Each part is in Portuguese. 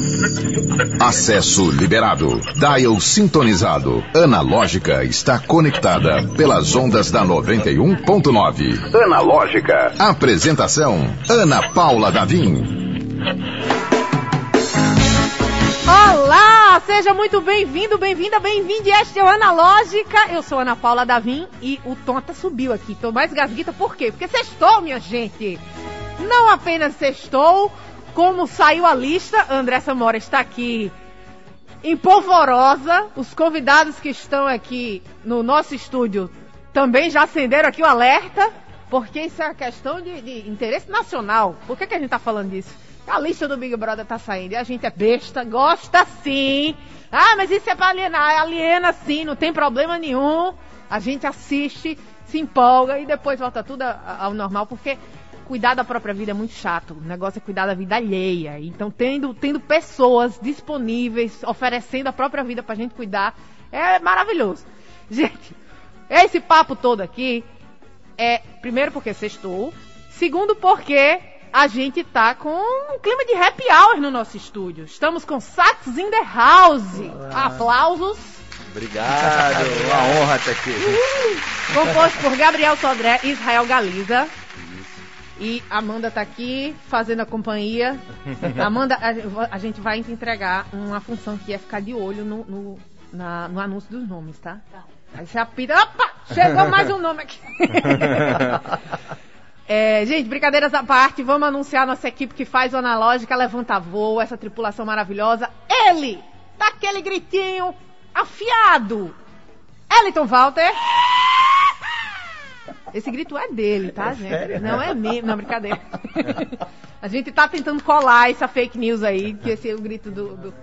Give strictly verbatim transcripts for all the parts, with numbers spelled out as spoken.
Acesso liberado. Dial sintonizado. Analógica está conectada pelas ondas da noventa e um ponto nove. Analógica. Apresentação: Ana Paula Davim. Olá, seja muito bem-vindo, bem-vinda, bem-vinde. Este é o Analógica. Eu sou Ana Paula Davim e o tom até subiu aqui. Tô mais gasguita, por quê? Porque sextou, minha gente. Não apenas sextou, como saiu a lista, André Samora está aqui em polvorosa. Os convidados que estão aqui no nosso estúdio também já acenderam aqui o alerta, porque isso é uma questão de, de interesse nacional. Por que, que a gente está falando disso? A lista do Big Brother tá saindo e a gente é besta, gosta sim. Ah, mas isso é pra alienar, aliena sim, não tem problema nenhum. A gente assiste, se empolga e depois volta tudo ao normal, porque cuidar da própria vida é muito chato. O negócio é cuidar da vida alheia. Então, tendo, tendo pessoas disponíveis, oferecendo a própria vida pra gente cuidar, é maravilhoso. Gente, esse papo todo aqui é, primeiro, porque sextou. Segundo, porque a gente tá com um clima de happy hour no nosso estúdio. Estamos com Sax in the House. Olá. Aplausos. Obrigado, uma honra estar aqui. Uhum. Composto por Gabriel Sodré e Israel Galiza. E Amanda tá aqui fazendo a companhia. Amanda, a, a gente vai te entregar uma função que é ficar de olho no, no, na, no anúncio dos nomes, tá? Tá. Aí você apita, opa, chegou mais um nome aqui. É, gente, brincadeiras à parte, vamos anunciar a nossa equipe que faz o Analógica Levanta Voo, essa tripulação maravilhosa. Ele, daquele gritinho afiado, Eliton Walter. Esse grito é dele, tá, é gente? Sério? Não é mesmo, não, brincadeira. A gente tá tentando colar essa fake news aí, que esse é o grito do... do...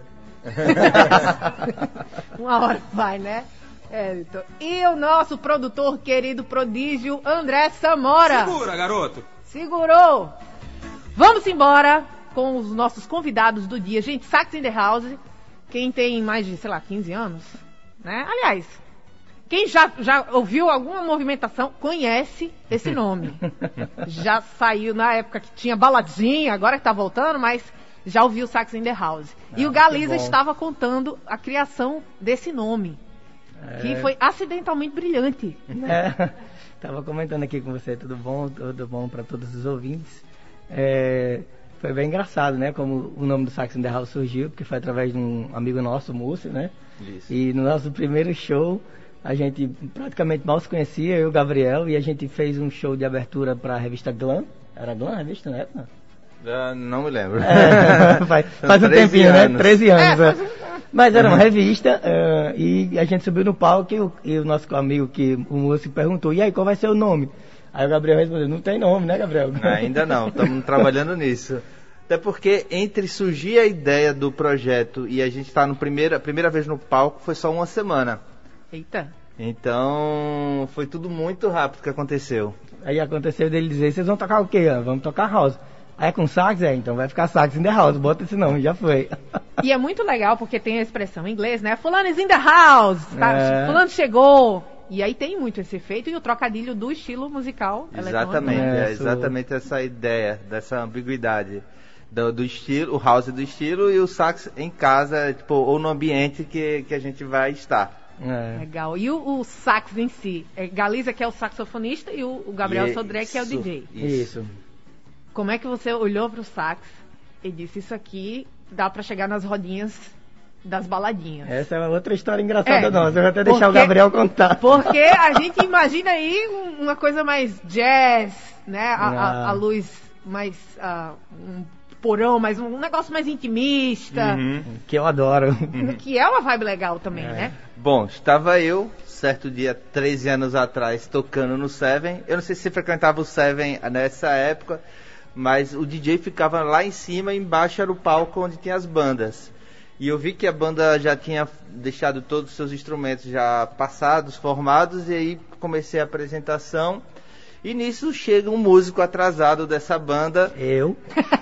Uma hora vai, né? É, e o nosso produtor querido prodígio André Samora. Segura, garoto. Segurou. Vamos embora com os nossos convidados do dia. Gente, Sax in the House. Quem tem mais de, sei lá, quinze anos, né? Aliás, quem já, já ouviu alguma movimentação conhece esse nome. Já saiu na época que tinha baladinha, agora que tá voltando, mas já ouviu Sax in the House. Ah, e o Galiza estava contando a criação desse nome. É. Que foi acidentalmente brilhante. É, tava comentando aqui com você, tudo bom, tudo bom para todos os ouvintes. É, foi bem engraçado, né, como o nome do Sax in the House surgiu, porque foi através de um amigo nosso, Múcio, né? Isso. E no nosso primeiro show, a gente praticamente mal se conhecia, eu e o Gabriel, e a gente fez um show de abertura para a revista Glam. Era Glam a revista na época? Uh, não me lembro. É, faz faz um tempinho, anos. né? treze anos. É, é. Mas era uma revista uh, e a gente subiu no palco e o, e o nosso amigo, que o moço, perguntou, e aí, qual vai ser o nome? Aí o Gabriel respondeu, não tem nome, né, Gabriel? Ainda não, estamos trabalhando nisso. Até porque entre surgir a ideia do projeto e a gente estar tá primeira, a primeira vez no palco foi só uma semana. Eita. Então foi tudo muito rápido que aconteceu. Aí aconteceu dele dizer, vocês vão tocar o quê? Vamos tocar house. Aí é com sax? É, então vai ficar Sax in the House, bota esse nome, já foi. E é muito legal porque tem a expressão em inglês, né? Fulano is in the house, tá? É. Fulano chegou. E aí tem muito esse efeito e o trocadilho do estilo musical. Exatamente, né? é exatamente essa ideia, dessa ambiguidade. Do, do estilo, o house do estilo e o sax em casa, tipo, ou no ambiente que, que a gente vai estar. É. Legal. E o, o sax em si? É Galiza, que é o saxofonista, e o, o Gabriel e Sodré, que é o D J. Isso. Isso. Como é que você olhou pro sax e disse, isso aqui dá pra chegar nas rodinhas das baladinhas? Essa é uma outra história engraçada é, nossa, eu vou até deixar porque, o Gabriel contar. Porque a gente imagina aí uma coisa mais jazz, né? A, ah. a, a luz mais... Uh, um porão, mais um, um negócio mais intimista. Uhum. Que eu adoro. Que é uma vibe legal também, é. né? Bom, estava eu, certo dia, treze anos atrás, tocando no Seven. Eu não sei se você frequentava o Seven nessa época, mas o D J ficava lá em cima e embaixo era o palco onde tinha as bandas. E eu vi que a banda já tinha deixado todos os seus instrumentos já passados, formados, e aí comecei a apresentação. E nisso chega um músico atrasado dessa banda. Eu.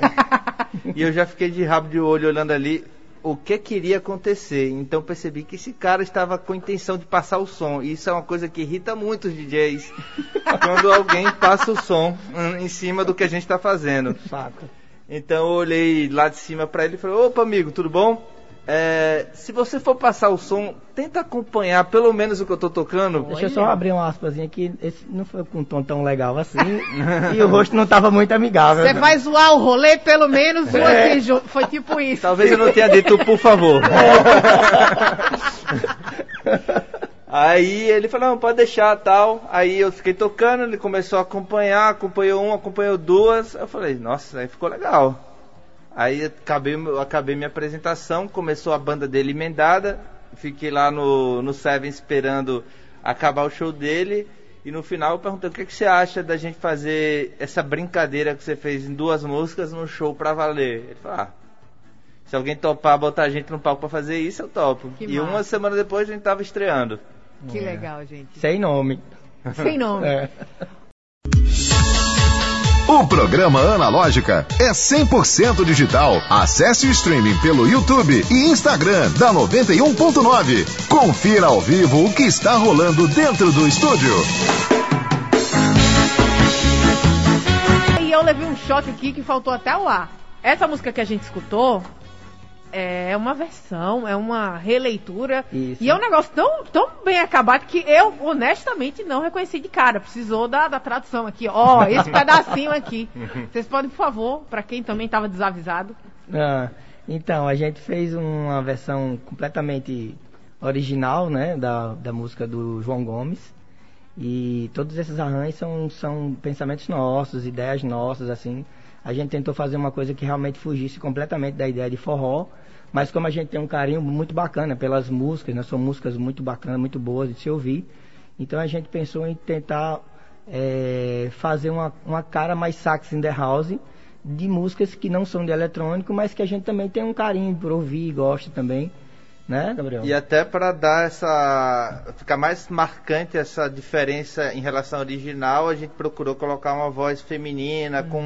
E eu já fiquei de rabo de olho olhando ali o que queria acontecer. Então percebi que esse cara estava com a intenção de passar o som. E isso é uma coisa que irrita muito os D Js. Quando alguém passa o som em cima do que a gente está fazendo. Fato. Então eu olhei lá de cima pra ele e falei, opa amigo, tudo bom? É, se você for passar o som, tenta acompanhar pelo menos o que eu tô tocando. Deixa eu só abrir uma aspazinha aqui. Esse não foi com um tom tão legal assim. E o rosto não tava muito amigável. Você vai zoar o rolê, pelo menos uma É. assim, Ju- foi tipo isso. Talvez eu não tenha dito por favor. Aí ele falou, não, pode deixar tal. Aí eu fiquei tocando, ele começou a acompanhar, acompanhou uma, acompanhou duas. Eu falei, nossa, aí ficou legal. Aí acabei, acabei minha apresentação, começou a banda dele emendada. Fiquei lá no, no Seven esperando acabar o show dele. E no final eu perguntei, o que, que você acha da gente fazer essa brincadeira que você fez em duas músicas num show pra valer? Ele falou, ah, se alguém topar botar a gente no palco pra fazer isso, eu topo. Que E massa. uma semana depois a gente tava estreando. Que legal, gente. Sem nome. Sem nome. É. O programa Analógica é cem por cento digital. Acesse o streaming pelo YouTube e Instagram da noventa e um ponto nove. Confira ao vivo o que está rolando dentro do estúdio. E eu levei um shot aqui que faltou até o ar. Essa música que a gente escutou é uma versão, é uma releitura. Isso. E é um negócio tão, tão bem acabado que eu, honestamente, não reconheci de cara. Precisou da, da tradução aqui. Ó, esse pedacinho aqui. Vocês podem, por favor, pra quem também estava desavisado. Ah, então, a gente fez uma versão completamente original, né, da, da música do João Gomes. E todos esses arranjos são, são pensamentos nossos, ideias nossas, assim. A gente tentou fazer uma coisa que realmente fugisse completamente da ideia de forró, mas como a gente tem um carinho muito bacana pelas músicas, né, são músicas muito bacanas, muito boas de se ouvir, então a gente pensou em tentar é, fazer uma, uma cara mais Sax in the House, de músicas que não são de eletrônico, mas que a gente também tem um carinho por ouvir e gosta também, né, Gabriel? E até para dar essa, ficar mais marcante essa diferença em relação ao original, a gente procurou colocar uma voz feminina com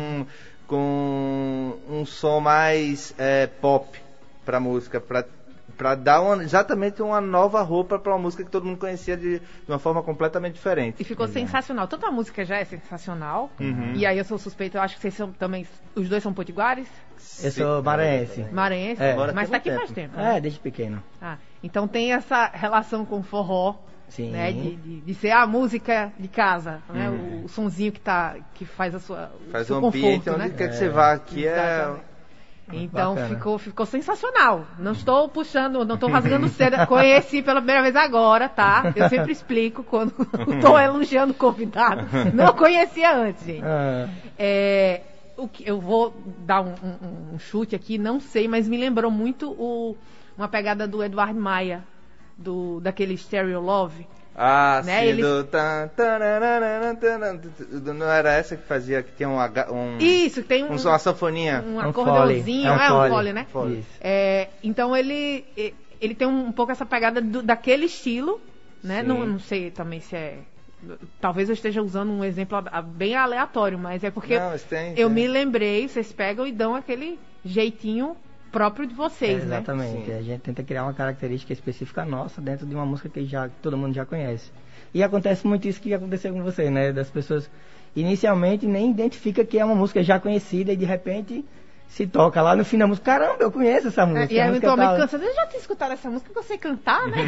com um som mais é, pop para música, para para dar uma, exatamente uma nova roupa para uma música que todo mundo conhecia de, de uma forma completamente diferente. E ficou sensacional. Tanto a música já é sensacional. Uhum. E aí eu sou suspeito, eu acho que vocês são também. Os dois são potiguares? Eu sou maranhense. Maranhense? É. Mas tá aqui Agora faz tem tempo. né? É, desde pequeno. Ah, então tem essa relação com forró. Sim. Né, de, de, de ser a música de casa, né, Uhum. o, o sonzinho que, tá, que faz a sua o Faz seu um ambiente conforto, onde né? quer que você vá aqui é Exatamente. Então Bacana. ficou, ficou sensacional. Não estou puxando, não estou rasgando seda. Conheci pela primeira vez agora, tá? Eu sempre explico quando estou elogiando o convidado. Não conhecia antes, gente. Ah, É, o que, eu vou dar um, um- um chute aqui, não sei, mas me lembrou muito o, uma pegada do Eduardo Maia, do, daquele Stereo Love. Ah, Né, sim, eles- do tan, tananana, tanan, do- não era essa que fazia, que tinha um, H- um, Isso, tem um, um, uma sanfoninha? um um acordeãozinho, fole. é um fole. fole, né? Fole. Isso. É, então ele, ele tem um pouco essa pegada do- daquele estilo, né? Sim. Não, não sei também se é... Talvez eu esteja usando um exemplo a- a- bem aleatório, mas é porque Não, mas tem, eu tem. me lembrei, vocês pegam e dão aquele jeitinho próprio de vocês, É, né? exatamente. Sim. A gente tenta criar uma característica específica nossa dentro de uma música que já que todo mundo já conhece. E acontece muito isso que aconteceu com você, né? Das pessoas inicialmente nem identifica que é uma música já conhecida e de repente se toca lá no fim da música. Caramba, eu conheço essa música. É, e a música eventualmente tal. cansa. Eu já tinha escutado essa música que eu sei cantar, né?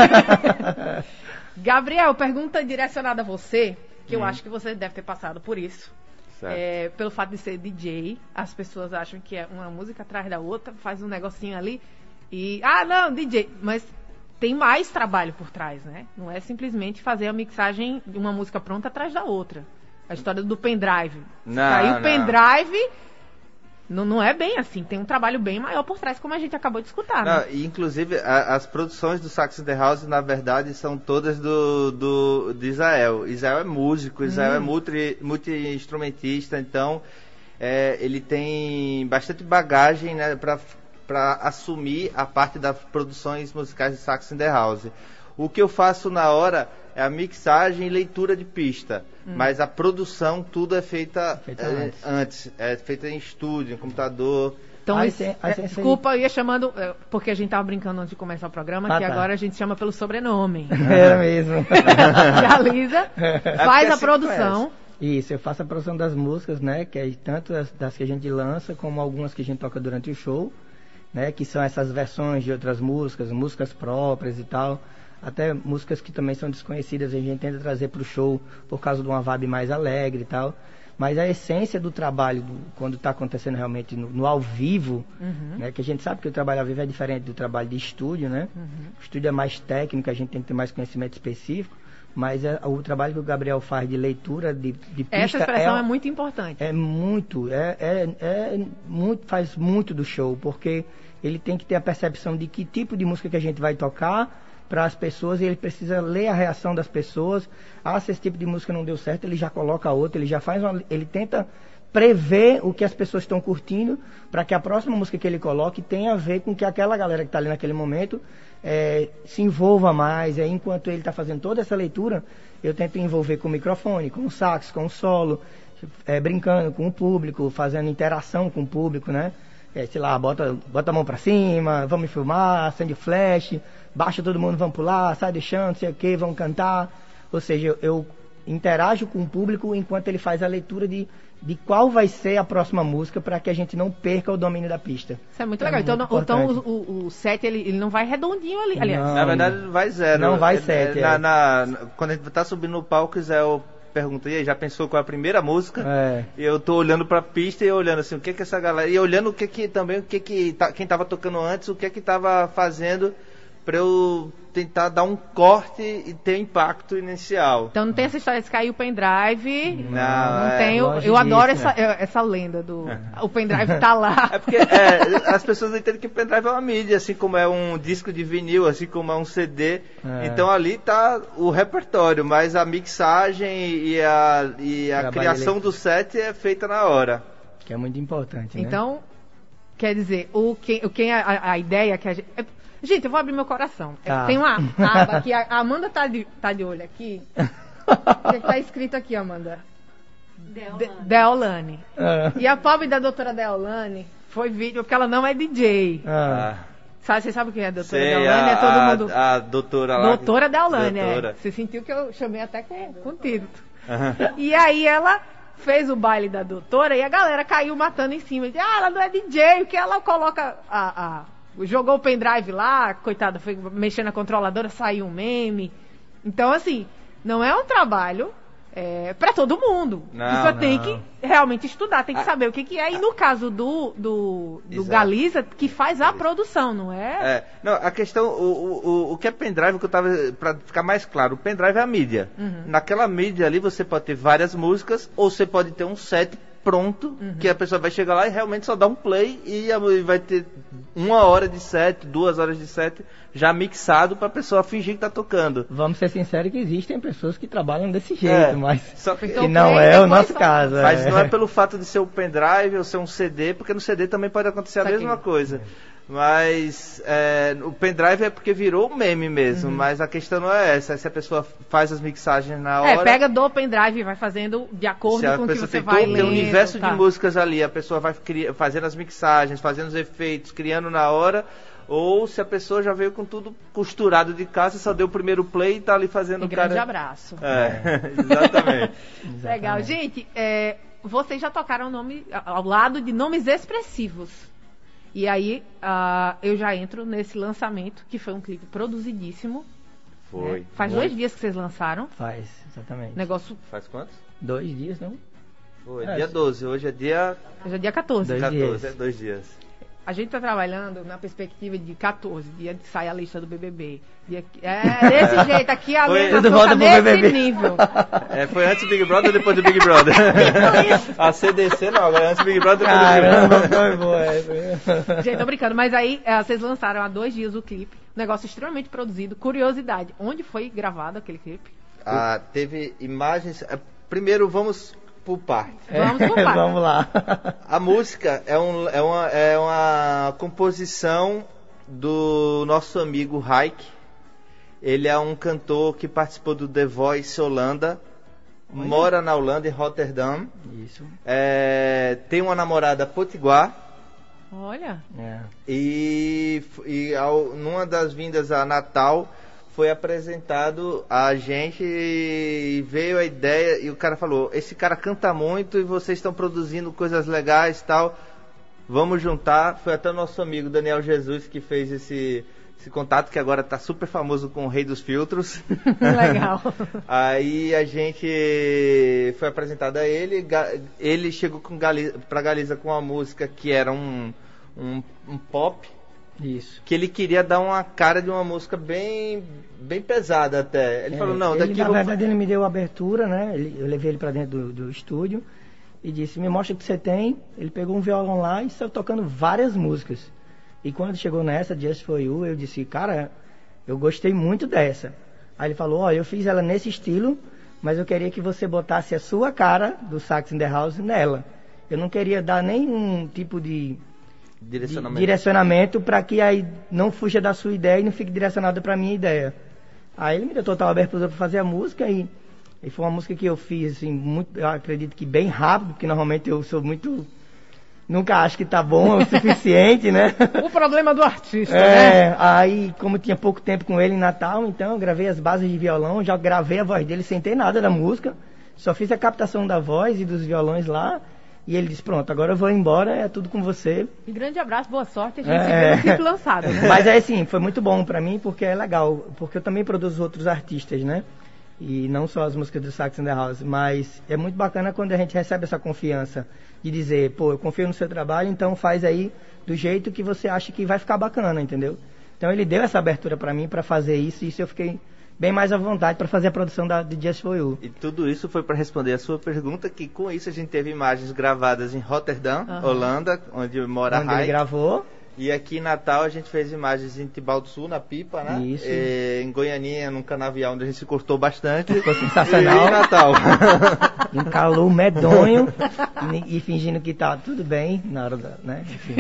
Gabriel, pergunta direcionada a você, que eu acho que você deve ter passado por isso. Certo. É, pelo fato de ser D J, as pessoas acham que é uma música atrás da outra, faz um negocinho ali e... Ah, não, D J. Mas tem mais trabalho por trás, né? Não é simplesmente fazer a mixagem de uma música pronta atrás da outra. A história do pendrive. Não, Caiu o não. pendrive... Não, não é bem assim, tem um trabalho bem maior por trás, como a gente acabou de escutar, né? Não, e inclusive a- as produções do Sax in the House, na verdade, são todas do, do de Israel. Israel é músico, Israel Hum. é multi, multi-instrumentista, então é, ele tem bastante bagagem, né, para para assumir a parte das produções musicais de Sax in the House. O que eu faço na hora é a mixagem e leitura de pista, Hum. mas a produção tudo é feita, Feita é, antes. antes, é feita em estúdio, em computador. Então, Aí isso- tem- aí é, tem- desculpa, eu ia chamando, é, porque a gente tava brincando antes de começar o programa, Ah, que tá. agora a gente chama pelo sobrenome. Era mesmo. E a Lisa É faz porque a assim produção, Isso, eu faço a produção das músicas, né? Que é tanto das, das que a gente lança, como algumas que a gente toca durante o show, né? Que são essas versões de outras músicas, músicas próprias e tal. Até músicas que também são desconhecidas, a gente tenta trazer para o show por causa de uma vibe mais alegre e tal. Mas a essência do trabalho, do, quando está acontecendo realmente no, no ao vivo, uhum. né, que a gente sabe que o trabalho ao vivo é diferente do trabalho de estúdio, né? Uhum. O estúdio é mais técnico, a gente tem que ter mais conhecimento específico, mas é, o trabalho que o Gabriel faz de leitura, de, de pista... Essa expressão é, é muito importante. É muito, é, é, é muito, faz muito do show, porque ele tem que ter a percepção de que tipo de música que a gente vai tocar para as pessoas, e ele precisa ler a reação das pessoas. Ah, se esse tipo de música não deu certo, ele já coloca outra, ele já faz uma, ele tenta prever o que as pessoas estão curtindo, para que a próxima música que ele coloque tenha a ver com que aquela galera que está ali naquele momento é, se envolva mais. É, enquanto ele está fazendo toda essa leitura, eu tento envolver com o microfone, com o sax, com o solo, é, brincando com o público, fazendo interação com o público, né? É, sei lá, bota, bota a mão pra cima, vamos filmar, acende flash, baixa todo mundo, vamos pular, sai do chão, não sei o que, vamos cantar. Ou seja, eu, eu interajo com o público enquanto ele faz a leitura de, de qual vai ser a próxima música, para que a gente não perca o domínio da pista. Isso é muito legal. É então, muito então o, o set ele, ele não vai redondinho ali, aliás. Não, na verdade vai zero. Não vai sete. É, é. Na, na, quando a gente tá subindo no palco, Zé, eu pergunto, e aí, já pensou qual é a primeira música? É. E eu tô olhando pra pista e olhando assim, o que que essa galera... E olhando o que que também, o que que... Quem tava tocando antes, o que que tava fazendo, pra eu tentar dar um corte e ter impacto inicial. Então não tem essa história de cair o pendrive. Não, não é, tem. Eu, eu adoro essa, essa lenda do... O pendrive tá lá. É porque é, as pessoas não entendem que o pendrive é uma mídia, assim como é um disco de vinil, assim como é um C D. É. Então ali tá o repertório, mas a mixagem e a, e a criação do set é feita na hora. Que é muito importante, né? Então, quer dizer, o que, o que a, a ideia que a gente... Gente, eu vou abrir meu coração. Tá. Tem uma aba aqui, a Amanda tá de, tá de olho aqui. O que tá escrito aqui, Amanda? Deolane. De, Deolane. Ah. E a pobre da doutora Deolane foi vídeo, porque ela não é D J. Ah. Sabe, você sabe quem é a doutora Sei, Deolane? A, é todo mundo... a, a doutora lá. Doutora Deolane, doutora. É. Você sentiu que eu chamei até com, com título. Uhum. E aí ela fez o baile da doutora e a galera caiu matando em cima. De, ah, ela não é D J, o que ela coloca a... a jogou o pendrive lá, coitada, foi mexendo na controladora, saiu um meme. Então, assim, não é um trabalho é, para todo mundo. Não, Você não. tem que realmente estudar, tem que saber o que, que é. E no caso do, do, do Galiza, que faz a produção, não é? É, não, a questão, o, o, o que é pendrive, que eu tava, pra ficar mais claro, o pendrive é a mídia. Uhum. Naquela mídia ali você pode ter várias músicas, ou você pode ter um set pronto, uhum. que a pessoa vai chegar lá e realmente só dá um play e vai ter uma hora de set, duas horas de set já mixado pra pessoa fingir que tá tocando. Vamos ser sinceros que existem pessoas que trabalham desse jeito, é, mas só que, que não é o nosso caso. Mas é. não é pelo fato de ser um pendrive ou ser um C D, porque no C D também pode acontecer a mesma coisa. É. Mas é, o pendrive é porque virou meme mesmo, uhum. mas a questão não é essa, é se a pessoa faz as mixagens na hora... É, pega do pendrive e vai fazendo de acordo com o que você vai lendo. Tem um universo tá. de músicas ali, a pessoa vai cri... fazendo as mixagens, fazendo os efeitos, criando na hora, ou se a pessoa já veio com tudo costurado de casa, só deu o primeiro play e tá ali fazendo... Um grande cara... abraço. É, exatamente. Legal. Gente, é, vocês já tocaram nome, ao lado de nomes expressivos. E aí, uh, eu já entro nesse lançamento, que foi um clipe produzidíssimo. Foi. Né? Faz foi. dois dias que vocês lançaram. Faz, exatamente. Negócio... Faz quantos? Dois dias, não? Foi, é, dia doze, hoje é dia... Hoje é dia quatorze. Dois quatorze, dias. É dois dias. A gente tá trabalhando na perspectiva de quatorze, dia que sai a lista do B B B. Dia que... É, desse jeito, aqui a lista tá nesse B B B. Nível. É, foi antes do Big Brother ou depois do Big Brother? A C D C não, agora é antes do Big Brother depois Caramba, do Big Brother. Foi boa essa. Gente, tô brincando, mas aí é, vocês lançaram há dois dias o clipe. Um negócio extremamente produzido. Curiosidade, onde foi gravado aquele clipe? Ah, teve imagens... Primeiro vamos... por parte. Vamos por parte. Vamos lá. A música é, um, é, uma, é uma composição do nosso amigo Raik. Ele é um cantor que participou do The Voice Holanda. Olha. Mora na Holanda, em Rotterdam. Isso. É, tem uma namorada potiguar. Olha. É. E, e ao, numa das vindas a Natal, foi apresentado a gente e veio a ideia e o cara falou, esse cara canta muito e vocês estão produzindo coisas legais e tal, vamos juntar. Foi até o nosso amigo Daniel Jesus que fez esse, esse contato, que agora tá super famoso com o Rei dos Filtros. Legal. Aí a gente foi apresentado a ele, ele chegou com Galiza, pra Galiza com uma música que era um, um, um pop. Isso. Que ele queria dar uma cara de uma música bem, bem pesada até. Ele é, falou, não, daqui ele, eu Na vou... verdade ele me deu a abertura, né? Ele, eu levei ele pra dentro do, do estúdio e disse, me mostra o que você tem. Ele pegou um violão lá e saiu tocando várias músicas. E quando chegou nessa, Just For You, eu disse, cara, eu gostei muito dessa. Aí ele falou, ó, oh, eu fiz ela nesse estilo, mas eu queria que você botasse a sua cara do Sax in the House nela. Eu não queria dar nenhum tipo de... Direcionamento, direcionamento para que aí não fuja da sua ideia e não fique direcionado para minha ideia. Aí ele me deu total abertura para fazer a música e, e foi uma música que eu fiz assim, muito, eu acredito que bem rápido, porque normalmente eu sou muito, nunca acho que tá bom o suficiente, né? O problema do artista, é, né? Aí como tinha pouco tempo com ele em Natal, então eu gravei as bases de violão, já gravei a voz dele sem ter nada da música, só fiz a captação da voz e dos violões lá. E ele disse, pronto, agora eu vou embora, é tudo com você. Um grande abraço, boa sorte, a gente é... se vê no clipe lançado, né? Mas é assim, foi muito bom pra mim, porque é legal, porque eu também produzo outros artistas, né? E não só as músicas do Sax in the House, mas é muito bacana quando a gente recebe essa confiança de dizer, pô, eu confio no seu trabalho, então faz aí do jeito que você acha que vai ficar bacana, entendeu? Então ele deu essa abertura pra mim pra fazer isso, e isso eu fiquei bem mais à vontade para fazer a produção da, de Just For You. E tudo isso foi para responder a sua pergunta, que com isso a gente teve imagens gravadas em Rotterdam, uhum. Holanda, onde mora onde Raik. ele gravou. E aqui em Natal a gente fez imagens em Tibau do Sul, na Pipa, né? Isso. E em Goianinha, num canavial, onde a gente se cortou bastante. Ficou sensacional. E em Natal. Um calor medonho e, e fingindo que tá tudo bem na hora da, né? Enfim.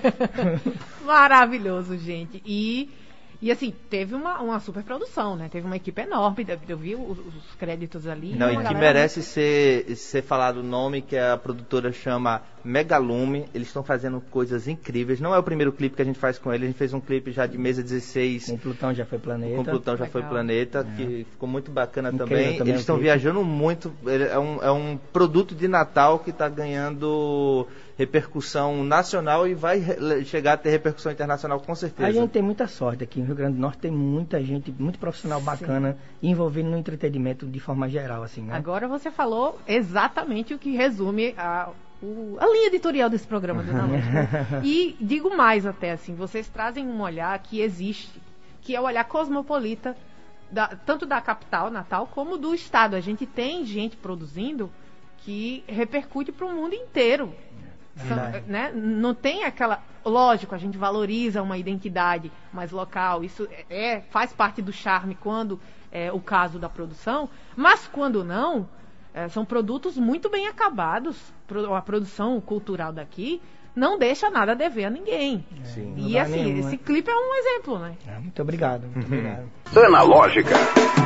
Maravilhoso, gente. E... E assim, teve uma, uma super produção, né? Teve uma equipe enorme, eu vi os, os créditos ali. Não, e que merece ser, ser falado o nome, que a produtora chama Megalume. Eles estão fazendo coisas incríveis. Não é o primeiro clipe que a gente faz com ele, a gente fez um clipe já de Mesa dezesseis. Com Plutão Já Foi Planeta. Com Plutão Já Legal. Foi Planeta, é. que ficou muito bacana Incrível também. também. Eles estão viajando muito, é um, é um produto de Natal que está ganhando repercussão nacional e vai re- chegar a ter repercussão internacional com certeza. A gente tem muita sorte aqui no Rio Grande do Norte, tem muita gente, muito profissional bacana, Sim. envolvido no entretenimento de forma geral, assim, né? Agora você falou exatamente o que resume a, o, a linha editorial desse programa do Analógica. E digo mais até, assim, vocês trazem um olhar que existe, que é o olhar cosmopolita, da, tanto da capital, Natal, como do estado. A gente tem gente produzindo que repercute para o mundo inteiro. São, né? Não tem aquela... Lógico, a gente valoriza uma identidade mais local, isso é, faz parte do charme quando é o caso da produção, mas quando não, é, são produtos muito bem acabados. A produção cultural daqui não deixa nada a dever a ninguém. Sim. E assim, nenhum, esse né? clipe é um exemplo, né? É, muito obrigado, muito uhum. obrigado. Analógica.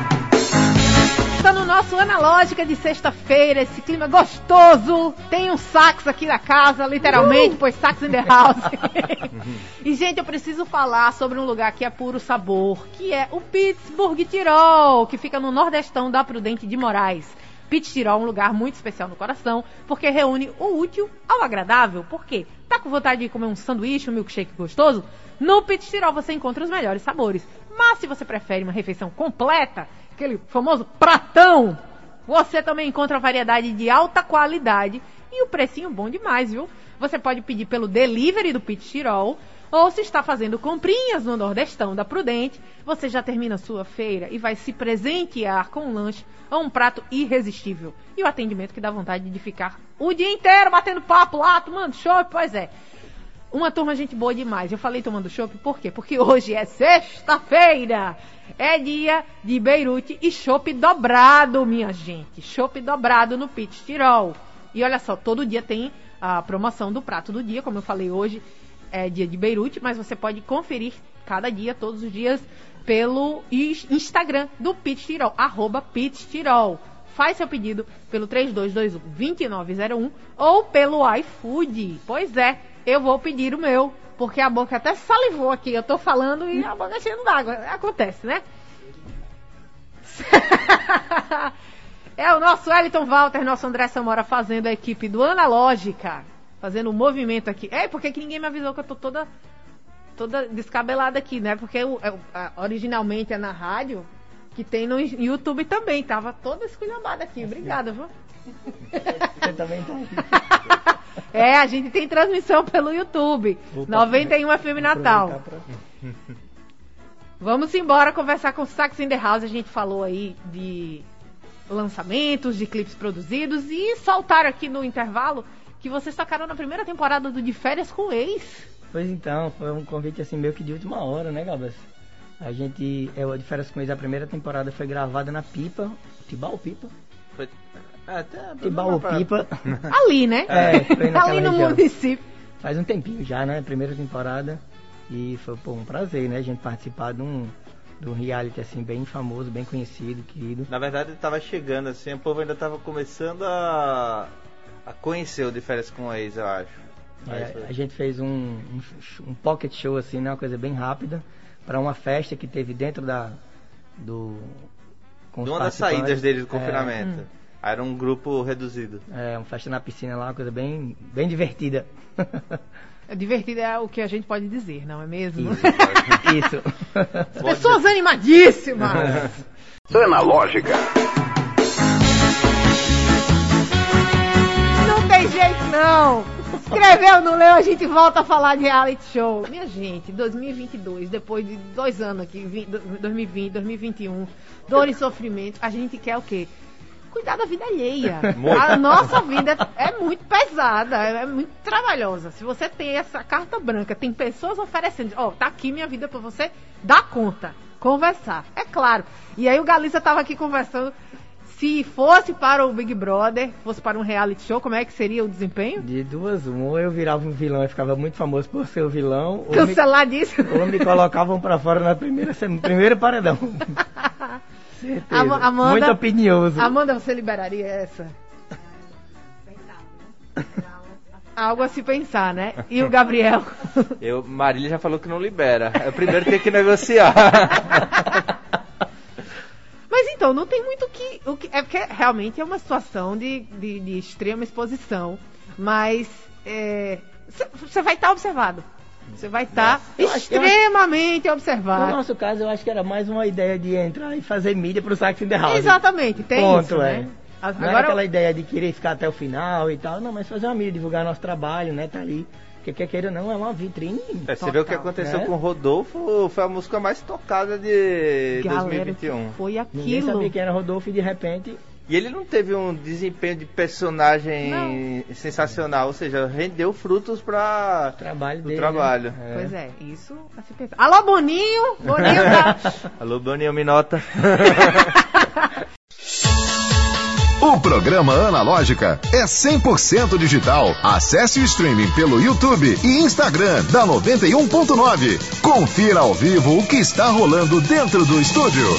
Está no nosso Analógica de sexta-feira, esse clima gostoso. Tem um sax aqui na casa, literalmente, uh! pois sax in the house. E, gente, eu preciso falar sobre um lugar que é puro sabor, que é o Pittsburgh Tirol, que fica no nordestão da Prudente de Moraes. Pitts Tirol é um lugar muito especial no coração, porque reúne o útil ao agradável. Por quê? Tá com vontade de comer um sanduíche, um milkshake gostoso? No Pitts Tirol você encontra os melhores sabores. Mas se você prefere uma refeição completa, aquele famoso pratão, você também encontra variedade de alta qualidade e o precinho bom demais, viu? Você pode pedir pelo delivery do Pitts Tirol, ou se está fazendo comprinhas no Nordestão da Prudente, você já termina sua feira e vai se presentear com um lanche ou um prato irresistível. E o atendimento que dá vontade de ficar o dia inteiro batendo papo lá, tomando chopp, pois é. Uma turma gente boa demais. Eu falei tomando chopp, por quê? Porque hoje é sexta-feira. É dia de Beirute e chopp dobrado, minha gente. Chopp dobrado no Pitts Tirol. E olha só, todo dia tem a promoção do prato do dia. Como eu falei, hoje é dia de Beirute, mas você pode conferir cada dia, todos os dias, pelo Instagram do Pitts Tirol, arroba Pitts Tirol. Faz seu pedido pelo três dois dois um, dois nove zero um ou pelo iFood. Pois é, eu vou pedir o meu, porque a boca até salivou aqui. Eu tô falando e a boca cheia d'água. Acontece, né? É o nosso Wellington Walter, nosso André Samora fazendo a equipe do Analógica, fazendo um movimento aqui. É, porque que ninguém me avisou que eu tô toda, toda descabelada aqui, né? Porque eu, eu, originalmente é na rádio, que tem no YouTube também. Tava toda esculhambada aqui. Obrigada, viu? Você também tá aqui. É, a gente tem transmissão pelo YouTube. noventa e um F M Natal. Vamos embora conversar com o Sax in the House. A gente falou aí de lançamentos, de clipes produzidos e soltaram aqui no intervalo que vocês tocaram na primeira temporada do De Férias com Ex. Pois então, foi um convite assim meio que de última hora, né, Gabas? A gente, é, o De Férias com Ex, a primeira temporada foi gravada na Pipa, Tibau Pipa. Foi é, até Tibau Pipa. Ali, né? É, foi naquela ali no região. município. Faz um tempinho já, né? Primeira temporada. E foi pô, um prazer, né? A gente participar de um, de um reality assim bem famoso, bem conhecido, querido. Na verdade, ele tava chegando assim, o povo ainda tava começando a, a conhecer o De Férias com Ex, eu acho. É, a gente fez um, um, um pocket show assim, né? Uma coisa bem rápida para uma festa que teve dentro da do com de os uma das participantes. saídas dele do É, confinamento. Aí era um grupo reduzido. É, uma festa na piscina lá, uma coisa bem, bem divertida. Divertido é o que a gente pode dizer, não é mesmo? Isso. As pessoas animadíssimas! Analógica. Não tem jeito, não! Escreveu, não leu, a gente volta a falar de reality show. Minha gente, dois mil e vinte e dois, depois de dois anos aqui, dois mil e vinte, dois mil e vinte e um, dor e sofrimento, a gente quer o quê? Cuidar da vida alheia. Muito. A nossa vida é muito pesada, é muito trabalhosa. Se você tem essa carta branca, tem pessoas oferecendo, ó, oh, tá aqui minha vida pra você dar conta, conversar. É claro. E aí o Galiza tava aqui conversando, se fosse para o Big Brother, fosse para um reality show, como é que seria o desempenho? De duas, uma, ou eu virava um vilão e ficava muito famoso por ser o vilão, ou me, Canceladíssimo. ou me colocavam pra fora na primeira, no primeiro paredão. Certeza. Ama- Amanda, muito opinioso. Amanda, você liberaria essa? Algo a se pensar, né? E o Gabriel? Eu, Marília já falou que não libera. É o primeiro que tem que negociar. Mas então, não tem muito o que, o que... É porque realmente é uma situação de, de, de extrema exposição. Mas você vai estar observado. Você vai estar Eu acho- eu extremamente No observado. nosso caso, eu acho que era mais uma ideia de entrar e fazer mídia pro Sax in the House. Exatamente, tem Ponto, isso, é. né? Não era Agora, aquela ideia de querer ficar até o final e tal, não, mas fazer uma mídia, divulgar nosso trabalho, né, tá ali. Porque quer queira ou não, é uma vitrine. É, você vê o que aconteceu né? com o Rodolfo, foi a música mais tocada de galera, dois mil e vinte e um. que foi Ninguém aquilo. sabia quem era Rodolfo e de repente... E ele não teve um desempenho de personagem sensacional, ou seja, rendeu frutos para O trabalho o dele. trabalho. Né? Pois é, isso a se pensar. Alô, Boninho! Boninho tá... Alô, Boninho, me nota. O programa Analógica é cem por cento digital. Acesse o streaming pelo YouTube e Instagram da noventa e um ponto nove. Confira ao vivo o que está rolando dentro do estúdio.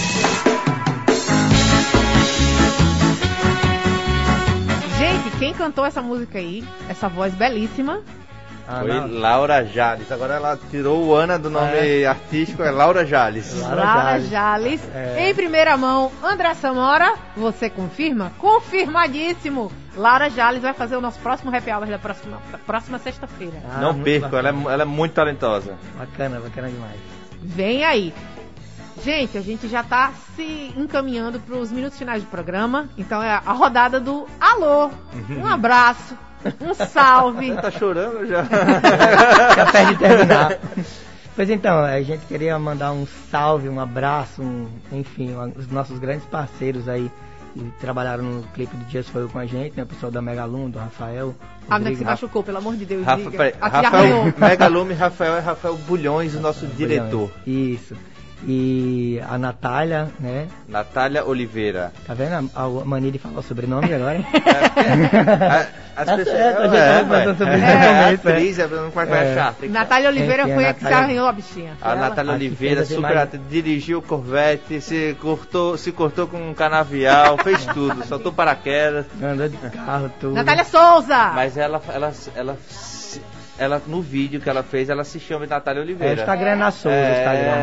Gente, quem cantou essa música aí, essa voz belíssima, Ah, Foi não. Laura Jales. Agora ela tirou o Ana do nome É. artístico, é Laura Jales. Laura Laura Jales. Jales. É. Em primeira mão, André Samora. Você confirma? Confirmadíssimo. Laura Jales vai fazer o nosso próximo happy hour da próxima, da próxima sexta-feira. Ah, Não muito perco, ela é, bacana. ela é muito talentosa. Bacana, bacana demais. Vem aí. Gente, a gente já tá se encaminhando para os minutos finais do programa. Então é a rodada do alô. Um abraço. Um salve. Tá chorando já? Já perto de terminar. Pois então, a gente queria mandar um salve, um abraço, um, enfim, uma- os nossos grandes parceiros aí que trabalharam no clipe do Just For You com a gente, né? O pessoal da Megalum, do Rafael. Ah, não é que Rodrigo, se machucou, pelo amor de Deus. Rafa, diga. peraí, Aqui já Rafael arranhou. Megalume, Rafael é Rafael Bulhões, o nosso diretor. Isso. E a Natália, né? Natália Oliveira. Tá vendo a, a mania de falar o sobrenome agora? A- As Tá pessoas. certo, a gente é, tava pensando sobre é, isso é, no a começo, é. atriz, é, como é que vai É. achar? Tem que- Natália Oliveira Enfim, a foi a que se Natália- arranhou a bichinha. Foi A ela? Natália Acho que Oliveira, fez assim super mais- atriz, dirigiu o Corvette, se cortou, se cortou com um canavial, fez tudo, soltou paraquedas. Andou de carro, tudo. Natália Souza. Mas ela, ela, ela, ela, no vídeo que ela fez, ela se chama de Natália É, o Oliveira. Instagram é na Souza, o É. Instagram.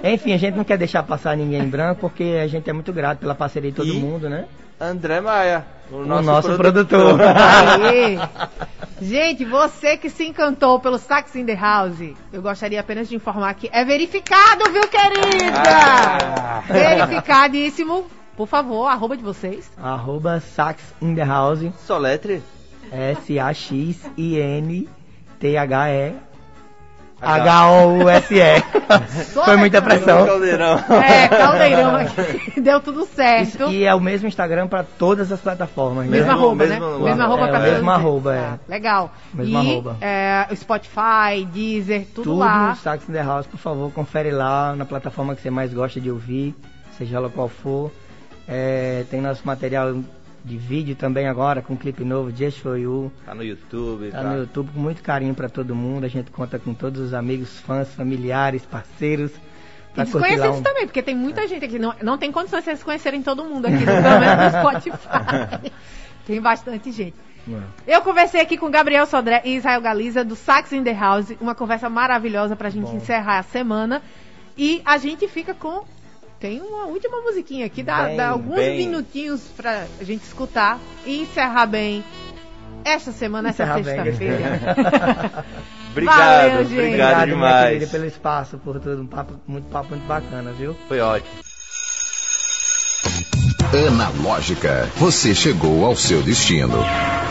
Enfim, a gente não quer deixar passar ninguém em branco, porque a gente é muito grato pela parceria de todo E mundo, né? André Maia, o O nosso, nosso, produtor. produtor. Aí. Gente, você que se encantou pelo Sax in the House, eu gostaria apenas de informar que é verificado, viu, querida? Ah. Verificadíssimo. Por favor, arroba de vocês. Arroba Sax in the House. Soletre? S A X I N T H E H O U S E. Foi muita pressão. Caldeirão. É, caldeirão aqui. Deu tudo certo. E é o mesmo Instagram para todas as plataformas. Mesmo né? arroba, mesmo- né? mesmo- Mesmo arroba é, pra o todos mesmo eles. arroba, é. Tá, legal. Mesmo e arroba. é, o Spotify, Deezer, tudo, Tudo lá. no Sax in the House, por favor, confere lá na plataforma que você mais gosta de ouvir, seja ela qual for. É, tem nosso material de vídeo também agora, com um clipe novo, Just For You. Tá no YouTube. Tá no YouTube com muito carinho pra todo mundo. A gente conta com todos os amigos, fãs, familiares, parceiros. E pra curtir lá desconhecidos um- também, porque tem muita gente aqui. Não, não tem condições de vocês conhecerem todo mundo aqui, no, pelo menos no Spotify. Tem bastante gente. Eu conversei aqui com Gabriel Sodré e Israel Galiza, do Sax in the House. Uma conversa maravilhosa pra gente Bom. encerrar a semana. E a gente fica com... Tem uma última musiquinha aqui, dá, Bem, dá alguns bem. minutinhos pra gente escutar e encerrar bem esta semana, essa Encerrar bem. sexta-feira. Obrigado, Valeu, gente. obrigado minha demais. querida, pelo espaço, por tudo. Um papo muito, papo muito bacana, viu? Foi ótimo. Analógica, você chegou ao seu destino.